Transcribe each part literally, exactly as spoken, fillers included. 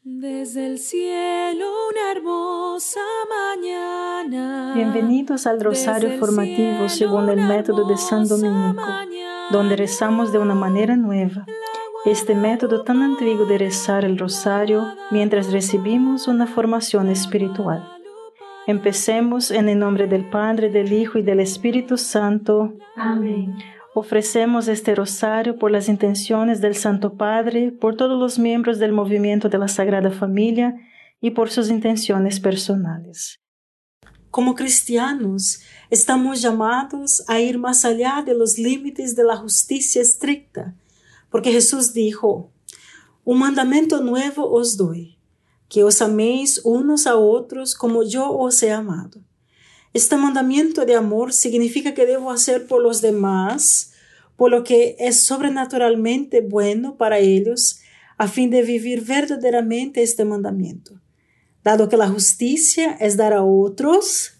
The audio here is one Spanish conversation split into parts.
Desde el cielo una hermosa mañana. Bienvenidos al Rosario Formativo según el método de San Dominico, donde rezamos de una manera nueva. Este método tan antiguo de rezar el Rosario mientras recibimos una formación espiritual. Empecemos en el nombre del Padre, del Hijo y del Espíritu Santo. Amén. Ofrecemos este rosario por las intenciones del Santo Padre, por todos los miembros del movimiento de la Sagrada Familia y por sus intenciones personales. Como cristianos, estamos llamados a ir más allá de los límites de la justicia estricta, porque Jesús dijo: un mandamiento nuevo os doy, que os améis unos a otros como yo os he amado. Este mandamiento de amor significa que debo hacer por los demás, por lo que es sobrenaturalmente bueno para ellos, a fin de vivir verdaderamente este mandamiento. Dado que la justicia es dar a otros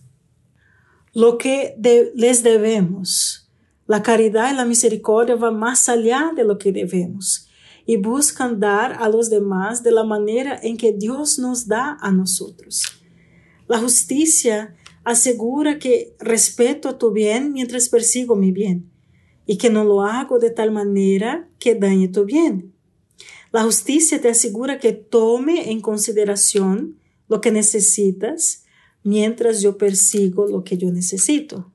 lo que de, les debemos, la caridad y la misericordia van más allá de lo que debemos y buscan dar a los demás de la manera en que Dios nos da a nosotros. La justicia asegura que respeto tu bien mientras persigo mi bien y que no lo hago de tal manera que dañe tu bien. La justicia te asegura que tome en consideración lo que necesitas mientras yo persigo lo que yo necesito.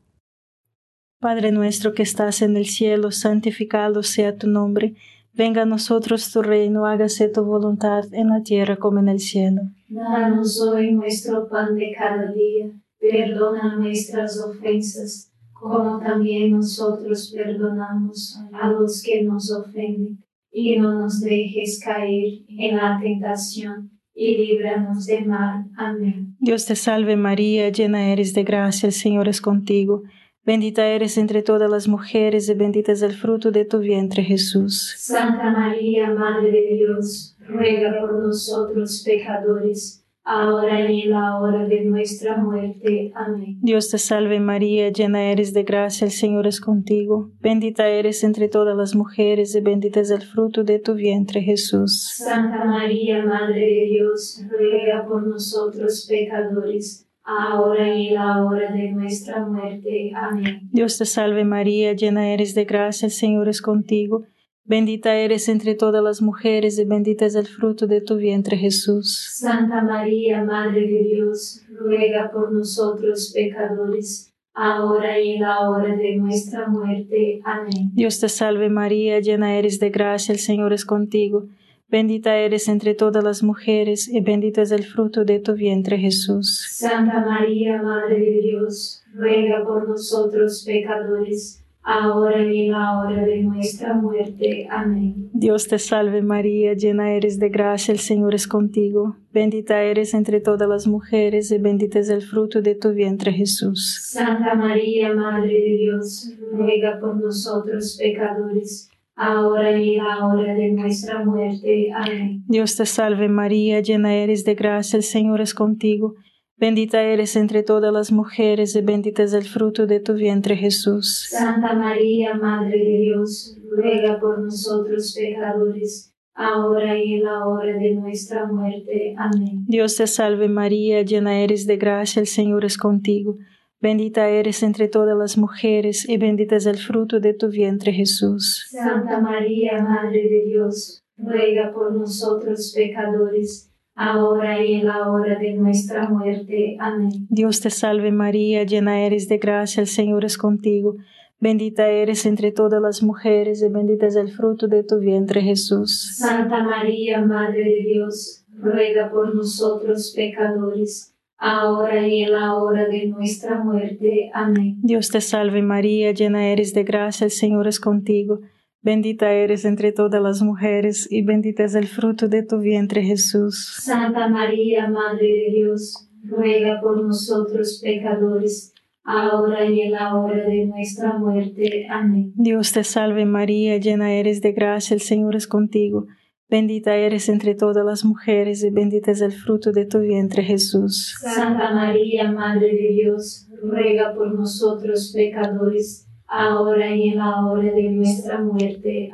Padre nuestro que estás en el cielo, santificado sea tu nombre. Venga a nosotros tu reino, hágase tu voluntad en la tierra como en el cielo. Danos hoy nuestro pan de cada día. Perdona nuestras ofensas, como también nosotros perdonamos a los que nos ofenden. Y no nos dejes caer en la tentación, y líbranos del mal. Amén. Dios te salve María, llena eres de gracia, el Señor es contigo. Bendita eres entre todas las mujeres y bendito es el fruto de tu vientre, Jesús. Santa María, Madre de Dios, ruega por nosotros pecadores, ahora y en la hora de nuestra muerte. Amén. Dios te salve María, llena eres de gracia, el Señor es contigo. Bendita eres entre todas las mujeres y bendito es el fruto de tu vientre, Jesús. Santa María, Madre de Dios, ruega por nosotros pecadores, ahora y en la hora de nuestra muerte. Amén. Dios te salve María, llena eres de gracia, el Señor es contigo. Bendita eres entre todas las mujeres y bendito es el fruto de tu vientre, Jesús. Santa María, Madre de Dios, ruega por nosotros pecadores, ahora y en la hora de nuestra muerte. Amén. Dios te salve María, llena eres de gracia, el Señor es contigo. Bendita eres entre todas las mujeres y bendito es el fruto de tu vientre, Jesús. Santa María, Madre de Dios, ruega por nosotros pecadores, ahora y en la hora de nuestra muerte. Amén. Dios te salve María, llena eres de gracia, el Señor es contigo. Bendita eres entre todas las mujeres y bendito es el fruto de tu vientre, Jesús. Santa María, Madre de Dios, ruega por nosotros pecadores, ahora y en la hora de nuestra muerte. Amén. Dios te salve María, llena eres de gracia, el Señor es contigo. Bendita eres entre todas las mujeres y bendito es el fruto de tu vientre, Jesús. Santa María, Madre de Dios, ruega por nosotros pecadores, ahora y en la hora de nuestra muerte. Amén. Dios te salve María, llena eres de gracia, el Señor es contigo. Bendita eres entre todas las mujeres y bendito es el fruto de tu vientre, Jesús. Santa María, Madre de Dios, ruega por nosotros pecadores, ahora y en la hora de nuestra muerte. Amén. Dios te salve María, llena eres de gracia, el Señor es contigo. Bendita eres entre todas las mujeres y bendito es el fruto de tu vientre, Jesús. Santa María, Madre de Dios, ruega por nosotros pecadores, ahora y en la hora de nuestra muerte. Amén. Dios te salve María, llena eres de gracia, el Señor es contigo. Bendita eres entre todas las mujeres y bendito es el fruto de tu vientre, Jesús. Santa María, Madre de Dios, ruega por nosotros pecadores, ahora y en la hora de nuestra muerte. Amén. Dios te salve María, llena eres de gracia, el Señor es contigo. Bendita eres entre todas las mujeres y bendito es el fruto de tu vientre, Jesús. Santa María, Madre de Dios, ruega por nosotros pecadores, ahora y en la hora de nuestra muerte. Amén.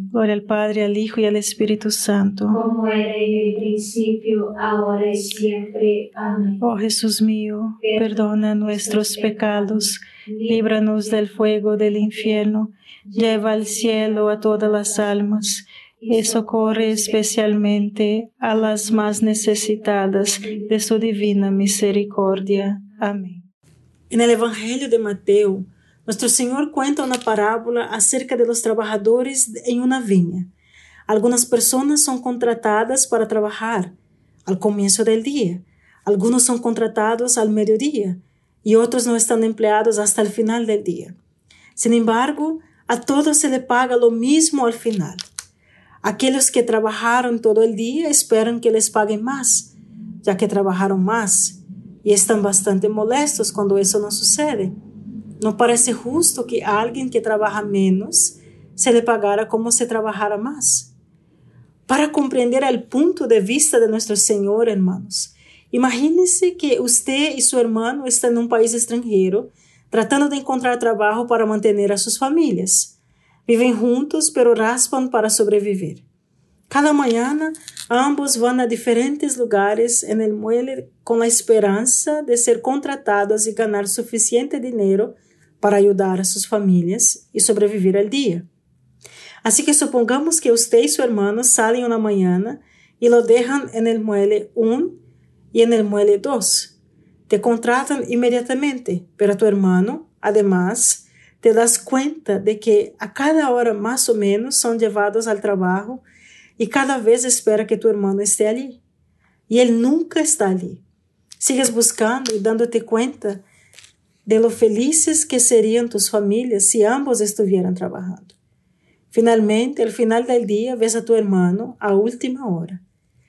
Gloria al Padre, al Hijo y al Espíritu Santo. como era en el principio, ahora y siempre. Amén. Oh Jesús mío, perdona nuestros pecados, líbranos del fuego del infierno, lleva al cielo a todas las almas y socorre especialmente a las más necesitadas de su divina misericordia. Amén. En el Evangelio de Mateo, nuestro Señor cuenta una parábola acerca de los trabajadores en una viña. Algunas personas son contratadas para trabajar al comienzo del día, algunos son contratados al mediodía y otros no están empleados hasta el final del día. Sin embargo, a todos se les paga lo mismo al final. Aquellos que trabajaron todo el día esperan que les paguen más, ya que trabajaron más, y están bastante molestos cuando eso no sucede. No parece justo que a alguien que trabaja menos se le pagara como si trabajara más. Para comprender el punto de vista de nuestro Señor, hermanos, imagínense que usted y su hermano están en un país extranjero tratando de encontrar trabajo para mantener a sus familias. Viven juntos, pero raspan para sobrevivir. Cada mañana, ambos van a diferentes lugares en el muelle con la esperanza de ser contratados y ganar suficiente dinero para ayudar a sus familias y sobrevivir al día. Así que supongamos que usted y su hermano salen una mañana y lo dejan en el muelle uno y en el muelle dos. Te contratan inmediatamente, pero tu hermano, además, te das cuenta de que a cada hora más o menos son llevados al trabajo y cada vez espera que tu hermano esté allí. Y él nunca está allí. Sigues buscando y dándote cuenta de lo felices que serían tus familias si ambos estuvieran trabajando. Finalmente, al final del día, ves a tu hermano a última hora.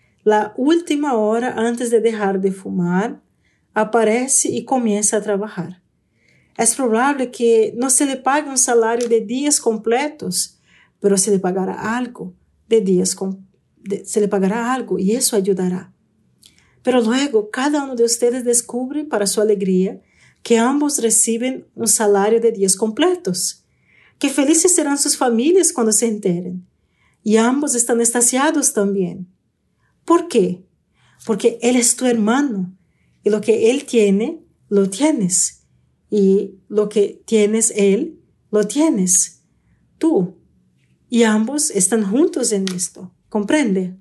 La última hora antes de dejar de fumar, aparece y comienza a trabajar. Es probable que no se le pague un salario de días completos, pero se le pagará algo de días com- de, se le pagará algo y eso ayudará. Pero luego cada uno de ustedes descubre para su alegría que ambos reciben un salario de días completos. Qué felices serán sus familias cuando se enteren. Y ambos están extasiados también. ¿Por qué? Porque él es tu hermano y lo que él tiene, lo tienes. Y lo que tienes él, lo tienes tú. Y ambos están juntos en esto. ¿Comprende?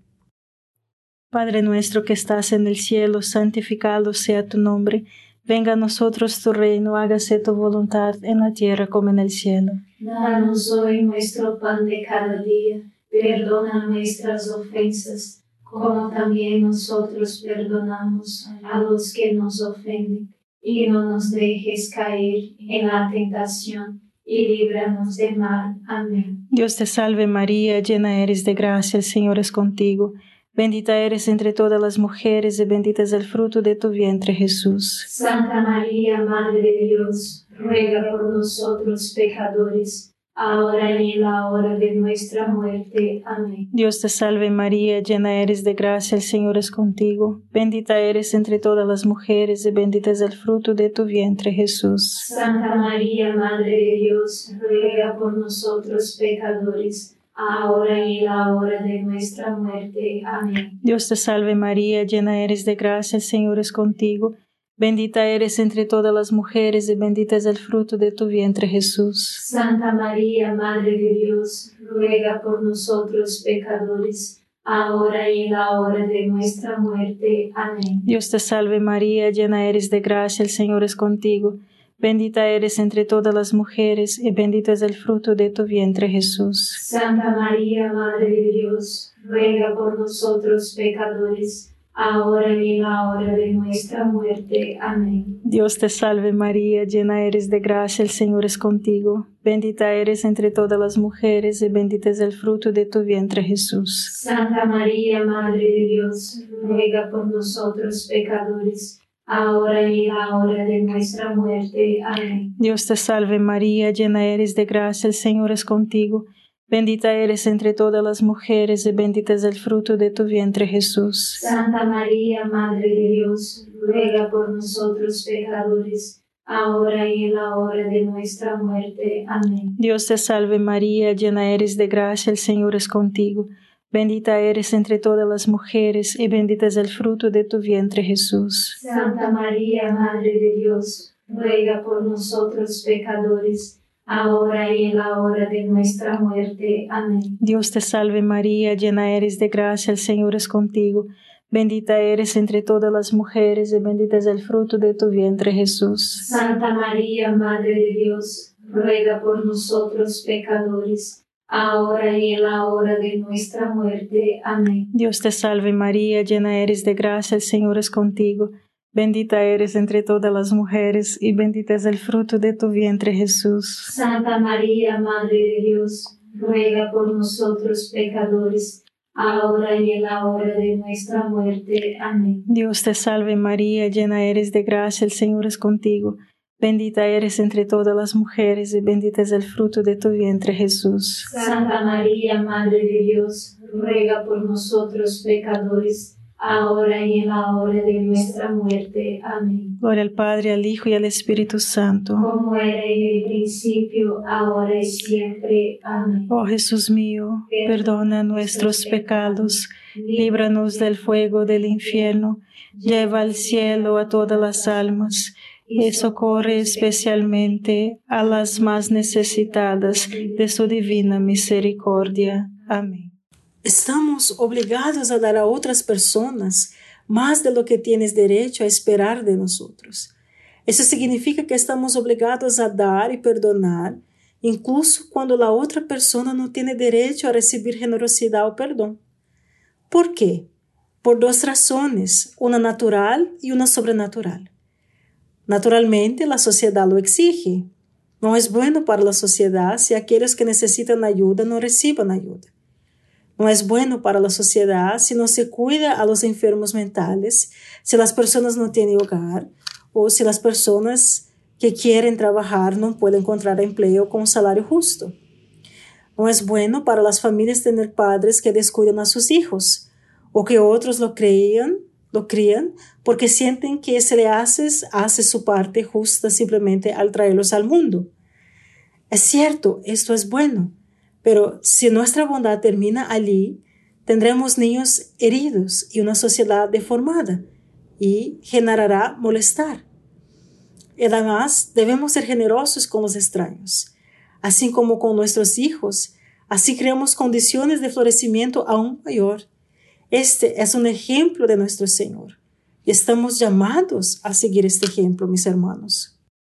Padre nuestro que estás en el cielo, santificado sea tu nombre. Venga a nosotros tu reino, hágase tu voluntad en la tierra como en el cielo. Danos hoy nuestro pan de cada día. Perdona nuestras ofensas, como también nosotros perdonamos a los que nos ofenden. Y no nos dejes caer en la tentación, y líbranos del mal. Amén. Dios te salve María, llena eres de gracia, el Señor es contigo. Bendita eres entre todas las mujeres y bendito es el fruto de tu vientre, Jesús. Santa María, Madre de Dios, ruega por nosotros pecadores, ahora y en la hora de nuestra muerte. Amén. Dios te salve María, llena eres de gracia, el Señor es contigo. Bendita eres entre todas las mujeres y bendito es el fruto de tu vientre, Jesús. Santa María, Madre de Dios, ruega por nosotros pecadores, ahora y en la hora de nuestra muerte. Amén. Dios te salve María, llena eres de gracia, el Señor es contigo. Bendita eres entre todas las mujeres y bendito es el fruto de tu vientre, Jesús. Santa María, Madre de Dios, ruega por nosotros pecadores, ahora y en la hora de nuestra muerte. Amén. Dios te salve María, llena eres de gracia, el Señor es contigo. Bendita eres entre todas las mujeres y bendito es el fruto de tu vientre, Jesús. Santa María, Madre de Dios, ruega por nosotros pecadores, ahora y en la hora de nuestra muerte. Amén. Dios te salve María, llena eres de gracia, el Señor es contigo. Bendita eres entre todas las mujeres y bendito es el fruto de tu vientre, Jesús. Santa María, Madre de Dios, ruega por nosotros pecadores, ahora y en la hora de nuestra muerte. Amén. Dios te salve María, llena eres de gracia, el Señor es contigo. Bendita eres entre todas las mujeres y bendito es el fruto de tu vientre, Jesús. Santa María, Madre de Dios, ruega por nosotros pecadores, ahora y en la hora de nuestra muerte. Amén. Dios te salve María, llena eres de gracia, el Señor es contigo. Bendita eres entre todas las mujeres, y bendito es el fruto de tu vientre, Jesús. Santa María, Madre de Dios, ruega por nosotros pecadores, ahora y en la hora de nuestra muerte. Amén. Dios te salve María, llena eres de gracia, el Señor es contigo. Bendita eres entre todas las mujeres, y bendito es el fruto de tu vientre, Jesús. Santa María, Madre de Dios, ruega por nosotros pecadores, ahora y en la hora de nuestra muerte. Amén. Dios te salve María, llena eres de gracia, el Señor es contigo. Bendita eres entre todas las mujeres, y bendito es el fruto de tu vientre, Jesús. Santa María, Madre de Dios, ruega por nosotros pecadores, ahora y en la hora de nuestra muerte. Amén. Dios te salve María, llena eres de gracia, el Señor es contigo. Bendita eres entre todas las mujeres, y bendito es el fruto de tu vientre, Jesús. Santa María, Madre de Dios, ruega por nosotros pecadores, ahora y en la hora de nuestra muerte. Amén. Gloria al Padre, al Hijo y al Espíritu Santo. Como era en el principio, ahora y siempre. Amén. Oh Jesús mío, perdona nuestros pecados, líbranos del fuego del infierno, lleva al cielo a todas las almas, y socorre especialmente a las más necesitadas de su divina misericordia. Amén. Estamos obligados a dar a otras personas más de lo que tienes derecho a esperar de nosotros. Eso significa que estamos obligados a dar y perdonar, incluso cuando la otra persona no tiene derecho a recibir generosidad o perdón. ¿Por qué? Por dos razones, una natural y una sobrenatural. Naturalmente, la sociedad lo exige. No es bueno para la sociedad si aquellos que necesitan ayuda no reciban ayuda. No es bueno para la sociedad si no se cuida a los enfermos mentales, si las personas no tienen hogar o si las personas que quieren trabajar no pueden encontrar empleo con un salario justo. No es bueno para las familias tener padres que descuidan a sus hijos o que otros lo crean, lo crían porque sienten que se le hace, hace su parte justa simplemente al traerlos al mundo. Es cierto, esto es bueno. Pero si nuestra bondad termina allí, tendremos niños heridos y una sociedad deformada y generará molestar. Y además, debemos ser generosos con los extraños, así como con nuestros hijos. Así creamos condiciones de florecimiento aún mayor. Este es un ejemplo de nuestro Señor y estamos llamados a seguir este ejemplo, mis hermanos.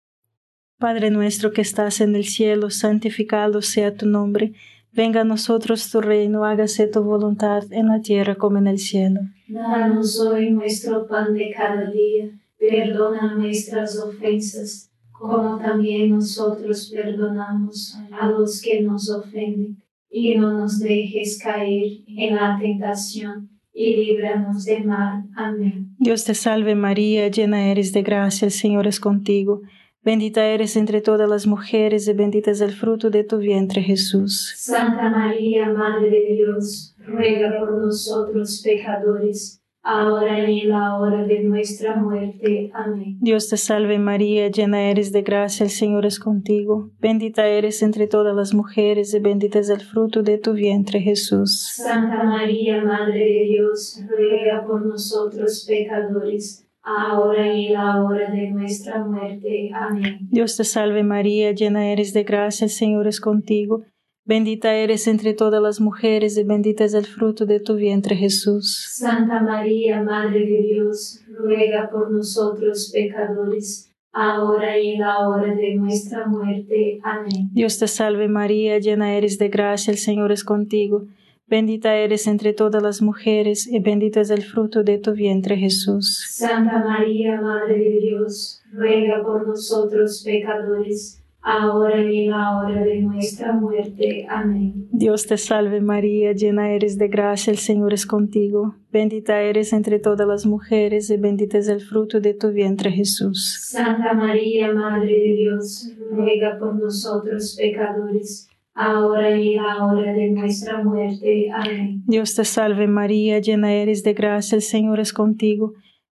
Padre nuestro que estás en el cielo, santificado sea tu nombre. Venga a nosotros tu reino, hágase tu voluntad en la tierra como en el cielo. Danos hoy nuestro pan de cada día, perdona nuestras ofensas, como también nosotros perdonamos a los que nos ofenden. Y no nos dejes caer en la tentación, y líbranos del mal. Amén. Dios te salve María, llena eres de gracia, el Señor es contigo. Bendita eres entre todas las mujeres, y bendito es el fruto de tu vientre, Jesús. Santa María, Madre de Dios, ruega por nosotros pecadores, ahora y en la hora de nuestra muerte. Amén. Dios te salve María, llena eres de gracia, el Señor es contigo. Bendita eres entre todas las mujeres, y bendito es el fruto de tu vientre, Jesús. Santa María, Madre de Dios, ruega por nosotros pecadores, ahora y en la hora de nuestra muerte. Amén. Dios te salve María, llena eres de gracia, el Señor es contigo. Bendita eres entre todas las mujeres, y bendito es el fruto de tu vientre, Jesús. Santa María, Madre de Dios, ruega por nosotros pecadores, ahora y en la hora de nuestra muerte. Amén. Dios te salve María, llena eres de gracia, el Señor es contigo. Bendita eres entre todas las mujeres, y bendito es el fruto de tu vientre, Jesús. Santa María, Madre de Dios, ruega por nosotros pecadores, ahora y en la hora de nuestra muerte. Amén. Dios te salve María, llena eres de gracia, el Señor es contigo. Bendita eres entre todas las mujeres, y bendito es el fruto de tu vientre, Jesús. Santa María, Madre de Dios, ruega por nosotros pecadores, ahora y en la hora de nuestra muerte. Amén. Dios te salve María, llena eres de gracia, el Señor es contigo.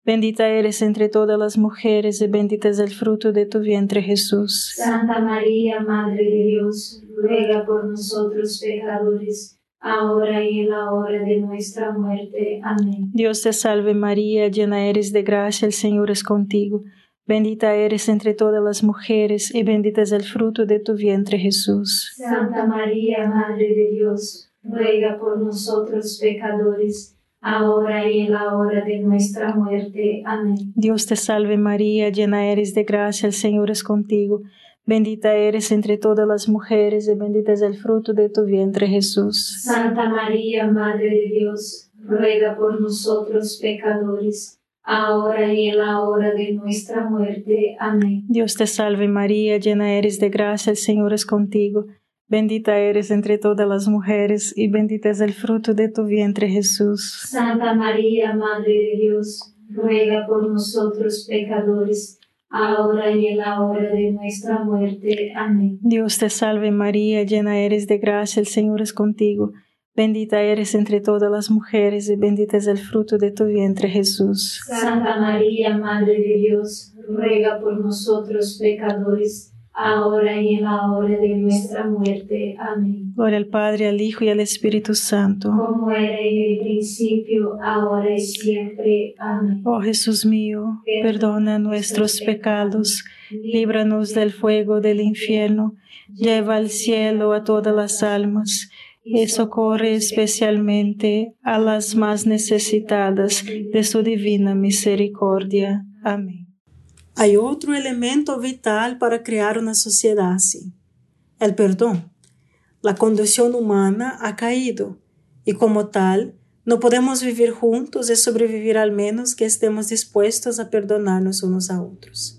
Bendita eres entre todas las mujeres y bendito es el fruto de tu vientre, Jesús. Santa María, Madre de Dios, ruega por nosotros pecadores, ahora y en la hora de nuestra muerte. Amén. Dios te salve María, llena eres de gracia, el Señor es contigo. Bendita eres entre todas las mujeres y bendito es el fruto de tu vientre, Jesús. Santa María, Madre de Dios, ruega por nosotros pecadores, ahora y en la hora de nuestra muerte. Amén. Dios te salve María, llena eres de gracia, el Señor es contigo. Bendita eres entre todas las mujeres y bendito es el fruto de tu vientre, Jesús. Santa María, Madre de Dios, ruega por nosotros pecadores, ahora y en la hora de nuestra muerte. Amén. Dios te salve María, llena eres de gracia, el Señor es contigo. Bendita eres entre todas las mujeres y bendito es el fruto de tu vientre, Jesús. Santa María, Madre de Dios, ruega por nosotros pecadores, ahora y en la hora de nuestra muerte. Amén. Dios te salve María, llena eres de gracia, el Señor es contigo. Bendita eres entre todas las mujeres y bendito es el fruto de tu vientre, Jesús. Santa María, Madre de Dios, ruega por nosotros pecadores, ahora y en la hora de nuestra muerte. Amén. Gloria al Padre, al Hijo y al Espíritu Santo. Como era en el principio, ahora y siempre. Amén. Oh Jesús mío, perdona nuestros pecados, líbranos del fuego del infierno, lleva al cielo a todas las almas, y socorre especialmente a las más necesitadas de su divina misericordia. Amén. Hay otro elemento vital para crear una sociedad así: el perdón. La condición humana ha caído y como tal no podemos vivir juntos y sobrevivir al menos que estemos dispuestos a perdonarnos unos a otros.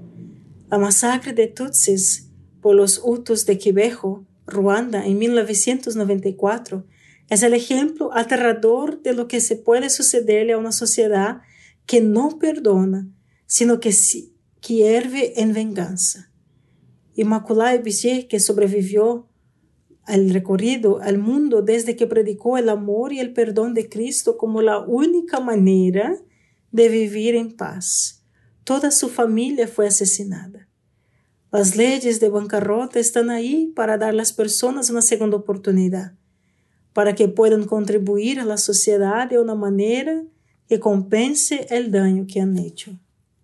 La masacre de Tutsis por los Hutus de Kibeho, Ruanda, en mil novecientos noventa y cuatro, es el ejemplo aterrador de lo que se puede sucederle a una sociedad que no perdona, sino que, que hierve en venganza. Immaculée Bizier, que sobrevivió al recorrido al mundo desde que predicó el amor y el perdón de Cristo como la única manera de vivir en paz. Toda su familia fue asesinada. Las leyes de bancarrota están ahí para dar a las personas una segunda oportunidad, para que puedan contribuir a la sociedad de una manera que compense el daño que han hecho.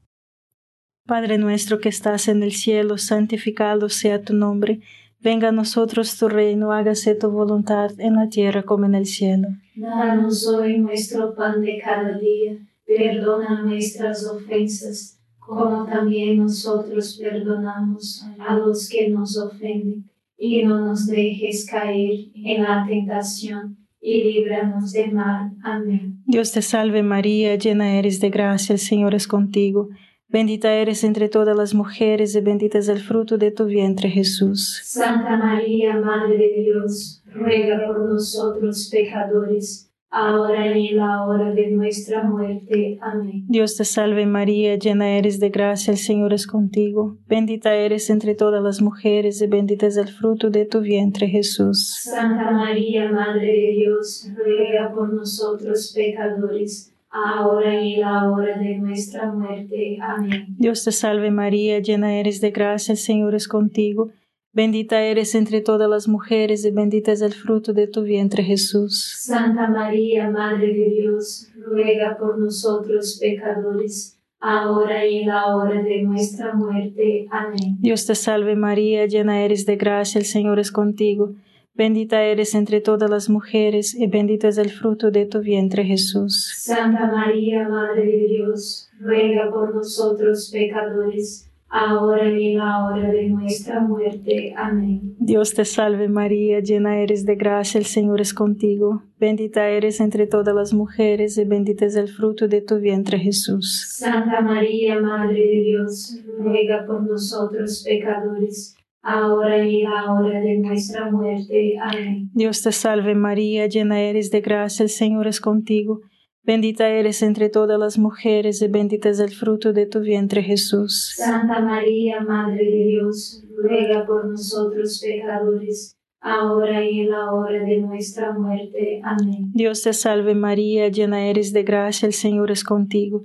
Padre nuestro que estás en el cielo, santificado sea tu nombre. Venga a nosotros tu reino, hágase tu voluntad en la tierra como en el cielo. Danos hoy nuestro pan de cada día, perdona nuestras ofensas, como también nosotros perdonamos a los que nos ofenden, y no nos dejes caer en la tentación, y líbranos del mal. Amén. Dios te salve María, llena eres de gracia, el Señor es contigo. Bendita eres entre todas las mujeres y bendito es el fruto de tu vientre, Jesús. Santa María, Madre de Dios, ruega por nosotros pecadores, ahora y en la hora de nuestra muerte. Amén. Dios te salve María, llena eres de gracia, el Señor es contigo. Bendita eres entre todas las mujeres y bendito es el fruto de tu vientre, Jesús. Santa María, Madre de Dios, ruega por nosotros pecadores, ahora y en la hora de nuestra muerte. Amén. Dios te salve María, llena eres de gracia, el Señor es contigo. Bendita eres entre todas las mujeres y bendito es el fruto de tu vientre, Jesús. Santa María, Madre de Dios, ruega por nosotros pecadores, ahora y en la hora de nuestra muerte. Amén. Dios te salve María, llena eres de gracia, el Señor es contigo. Bendita eres entre todas las mujeres y bendito es el fruto de tu vientre, Jesús. Santa María, Madre de Dios, ruega por nosotros pecadores, ahora y en la hora de nuestra muerte. Amén. Dios te salve María, llena eres de gracia, el Señor es contigo. Bendita eres entre todas las mujeres y bendito es el fruto de tu vientre, Jesús. Santa María, Madre de Dios, ruega por nosotros pecadores, ahora y en la hora de nuestra muerte. Amén. Dios te salve María, llena eres de gracia, el Señor es contigo. Bendita eres entre todas las mujeres y bendito es el fruto de tu vientre, Jesús. Santa María, Madre de Dios, ruega por nosotros pecadores, ahora y en la hora de nuestra muerte. Amén. Dios te salve María, llena eres de gracia, el Señor es contigo.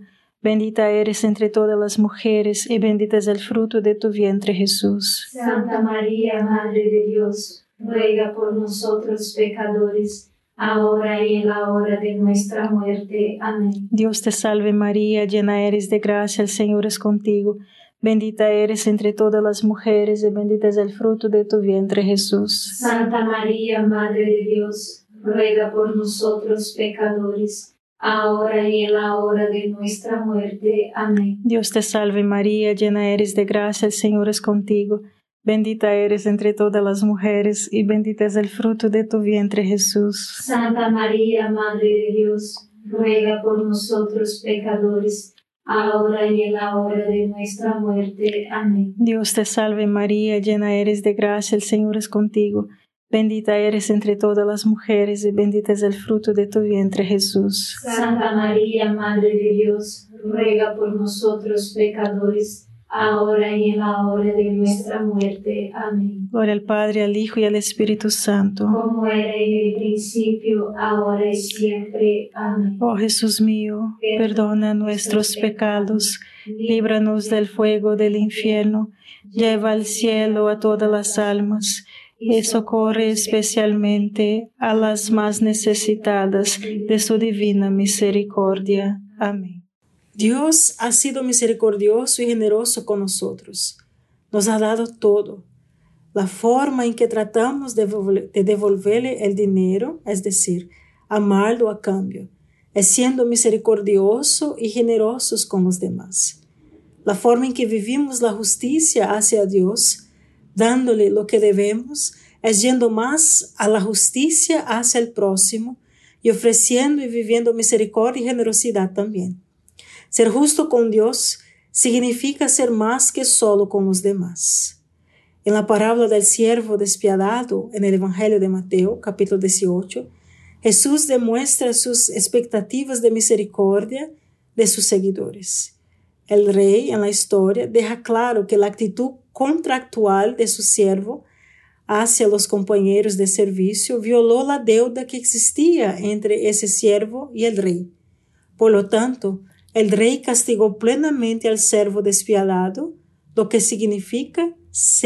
Bendita eres entre todas las mujeres y bendito es el fruto de tu vientre, Jesús. Santa María, Madre de Dios, ruega por nosotros pecadores, ahora y en la hora de nuestra muerte. Amén. Dios te salve María, llena eres de gracia, el Señor es contigo. Bendita eres entre todas las mujeres y bendito es el fruto de tu vientre, Jesús. Santa María, Madre de Dios, ruega por nosotros pecadores, ahora y en la hora de nuestra muerte. Amén. Dios te salve María, llena eres de gracia, el Señor es contigo. Bendita eres entre todas las mujeres y bendito es el fruto de tu vientre, Jesús. Santa María, Madre de Dios, ruega por nosotros pecadores, ahora y en la hora de nuestra muerte. Amén. Dios te salve María, llena eres de gracia, el Señor es contigo. Bendita eres entre todas las mujeres y bendito es el fruto de tu vientre, Jesús. Santa María, Madre de Dios, ruega por nosotros pecadores, ahora y en la hora de nuestra muerte. Amén. Gloria al Padre, al Hijo y al Espíritu Santo. Como era en el principio, ahora y siempre. Amén. Oh Jesús mío, perdona nuestros pecados, líbranos del fuego del infierno, lleva al cielo a todas las almas, y socorre especialmente a las más necesitadas de su divina misericordia. Amén. Dios ha sido misericordioso y generoso con nosotros. Nos ha dado todo. La forma en que tratamos de devolverle el dinero, es decir, amarlo a cambio, es siendo misericordioso y generosos con los demás. La forma en que vivimos la justicia hacia Dios, dándole lo que debemos, es yendo más a la justicia hacia el próximo y ofreciendo y viviendo misericordia y generosidad también. Ser justo con Dios significa ser más que solo con los demás. En la parábola del siervo despiadado, en el Evangelio de Mateo, capítulo dieciocho, Jesús demuestra sus expectativas de misericordia de sus seguidores. El rey, en la historia, deja claro que la actitud contractual de su siervo hacia los compañeros de servicio violó la deuda que existía entre ese siervo y el rey. Por lo tanto, el rey castigó plenamente al siervo despiadado, lo que significa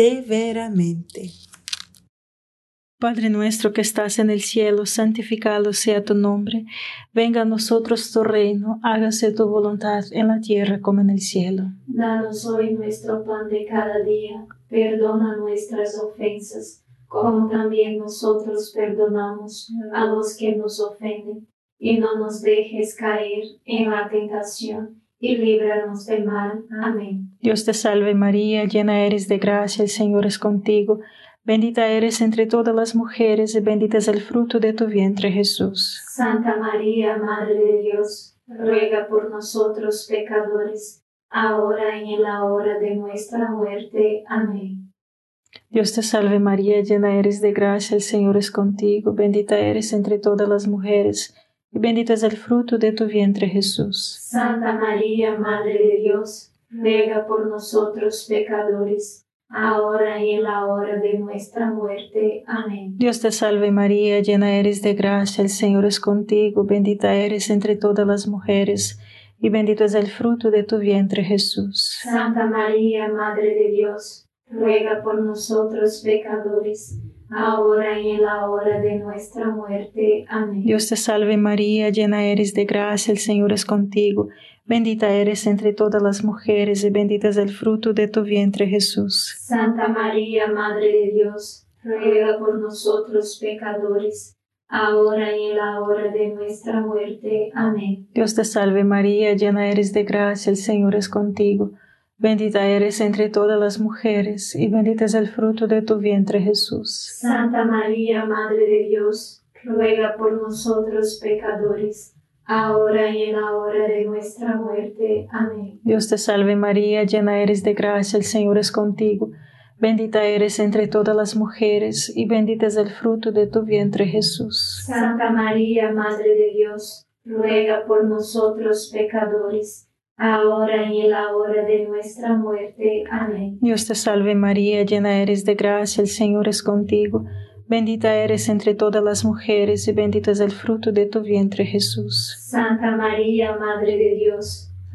severamente. Padre nuestro que estás en el cielo, santificado sea tu nombre. Venga a nosotros tu reino, hágase tu voluntad en la tierra como en el cielo. Danos hoy nuestro pan de cada día, perdona nuestras ofensas, como también nosotros perdonamos a los que nos ofenden. Y no nos dejes caer en la tentación, y líbranos del mal. Amén. Dios te salve María, llena eres de gracia, el Señor es contigo. Bendita eres entre todas las mujeres y bendito es el fruto de tu vientre, Jesús. Santa María, Madre de Dios, ruega por nosotros pecadores, ahora y en la hora de nuestra muerte. Amén. Dios te salve María, llena eres de gracia, el Señor es contigo. Bendita eres entre todas las mujeres y bendito es el fruto de tu vientre, Jesús. Santa María, Madre de Dios, ruega por nosotros pecadores, ahora y en la hora de nuestra muerte. Amén. Dios te salve María, llena eres de gracia, el Señor es contigo, bendita eres entre todas las mujeres, y bendito es el fruto de tu vientre, Jesús. Santa María, Madre de Dios, ruega por nosotros pecadores, ahora y en la hora de nuestra muerte. Amén. Dios te salve María, llena eres de gracia, el Señor es contigo, bendita eres entre todas las mujeres y bendito es el fruto de tu vientre, Jesús. Santa María, Madre de Dios, ruega por nosotros pecadores, ahora y en la hora de nuestra muerte. Amén. Dios te salve María, llena eres de gracia, el Señor es contigo, bendita eres entre todas las mujeres y bendito es el fruto de tu vientre, Jesús. Santa María, Madre de Dios, ruega por nosotros pecadores, ahora y en la hora de nuestra muerte. Amén. Dios te salve María, llena eres de gracia, el Señor es contigo, bendita eres entre todas las mujeres y bendito es el fruto de tu vientre, Jesús. Santa María, Madre de Dios, ruega por nosotros pecadores, ahora y en la hora de nuestra muerte. Amén. Dios te salve María, llena eres de gracia, el Señor es contigo, bendita eres entre todas las mujeres y bendito es el fruto de tu vientre, Jesús. Santa María, Madre de Dios,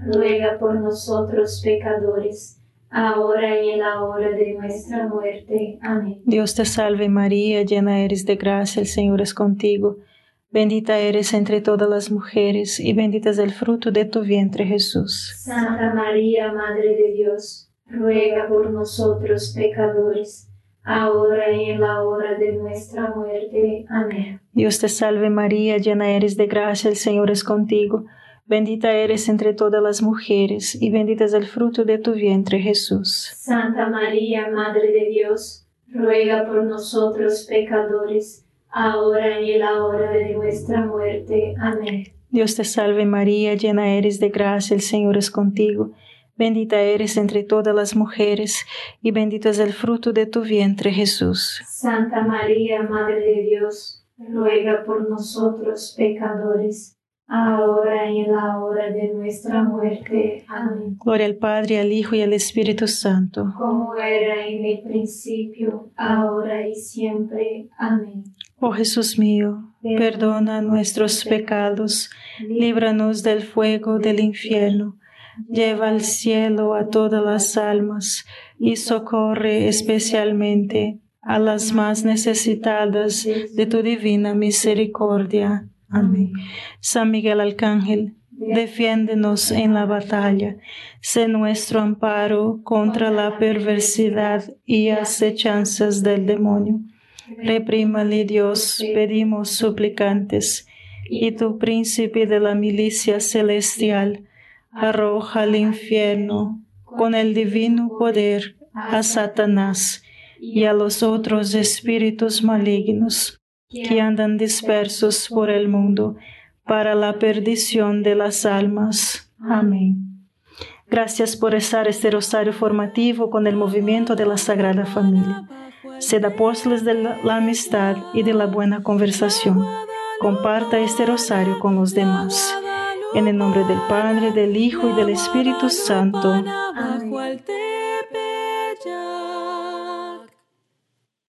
ruega por nosotros pecadores, ahora y en la hora de nuestra muerte. Amén. Dios te salve María, llena eres de gracia, el Señor es contigo. Bendita eres entre todas las mujeres, y bendito es el fruto de tu vientre, Jesús. Santa María, Madre de Dios, ruega por nosotros pecadores, ahora y en la hora de nuestra muerte. Amén. Dios te salve María, llena eres de gracia, el Señor es contigo. Bendita eres entre todas las mujeres, y bendito es el fruto de tu vientre, Jesús. Santa María, Madre de Dios, ruega por nosotros pecadores, ahora y en la hora de nuestra muerte. Amén. Dios te salve María, llena eres de gracia, el Señor es contigo. Bendita eres entre todas las mujeres, y bendito es el fruto de tu vientre, Jesús. Santa María, Madre de Dios, ruega por nosotros pecadores, ahora y en la hora de nuestra muerte. Amén. Gloria al Padre, al Hijo y al Espíritu Santo. Como era en el principio, ahora y siempre. Amén. Oh Jesús mío, perdona nuestros pecados, líbranos del fuego del infierno, lleva al cielo a todas las almas y socorre especialmente a las más necesitadas de tu divina misericordia. Amén. San Miguel Arcángel, defiéndenos en la batalla, sé nuestro amparo contra la perversidad y acechanzas del demonio. Reprímale Dios, pedimos suplicantes, y tu príncipe de la milicia celestial, arroja al infierno con el divino poder a Satanás y a los otros espíritus malignos que andan dispersos por el mundo para la perdición de las almas. Amén. Gracias por rezar este rosario formativo con el movimiento de la Sagrada Familia. Sed apóstoles de la, la amistad y de la buena conversación. Comparta este rosario con los demás. En el nombre del Padre, del Hijo y del Espíritu Santo. Amén.